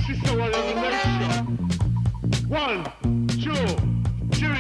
is our revelation. 1, 2, 3.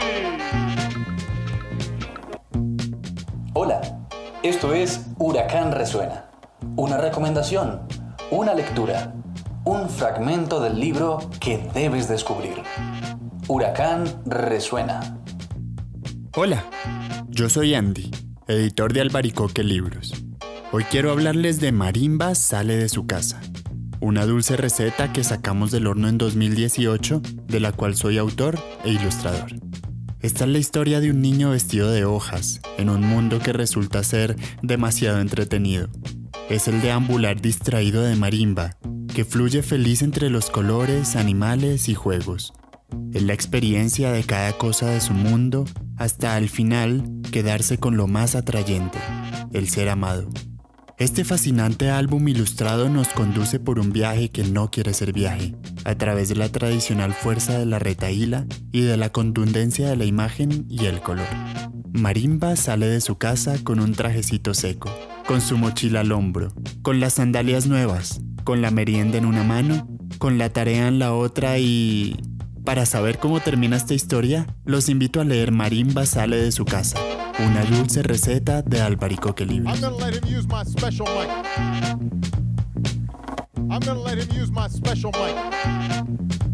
Hola, esto es Huracán Resuena. Una recomendación, una lectura, un fragmento del libro que debes descubrir. Huracán Resuena. Hola, yo soy Andy, editor de Albaricoque Libros. Hoy quiero hablarles de Marimba sale de su casa, una dulce receta que sacamos del horno en 2018, de la cual soy autor e ilustrador. Esta es la historia de un niño vestido de hojas, en un mundo que resulta ser demasiado entretenido. Es el deambular distraído de Marimba, que fluye feliz entre los colores, animales y juegos. Es la experiencia de cada cosa de su mundo, hasta al final quedarse con lo más atrayente, el ser amado. Este fascinante álbum ilustrado nos conduce por un viaje que no quiere ser viaje, a través de la tradicional fuerza de la retahíla y de la contundencia de la imagen y el color. Marimba sale de su casa con un trajecito seco, con su mochila al hombro, con las sandalias nuevas, con la merienda en una mano, con la tarea en la otra y... Para saber cómo termina esta historia, los invito a leer Marimba sale de su casa, una dulce receta de Albaricoque Libros. I'm gonna let him use my special mic.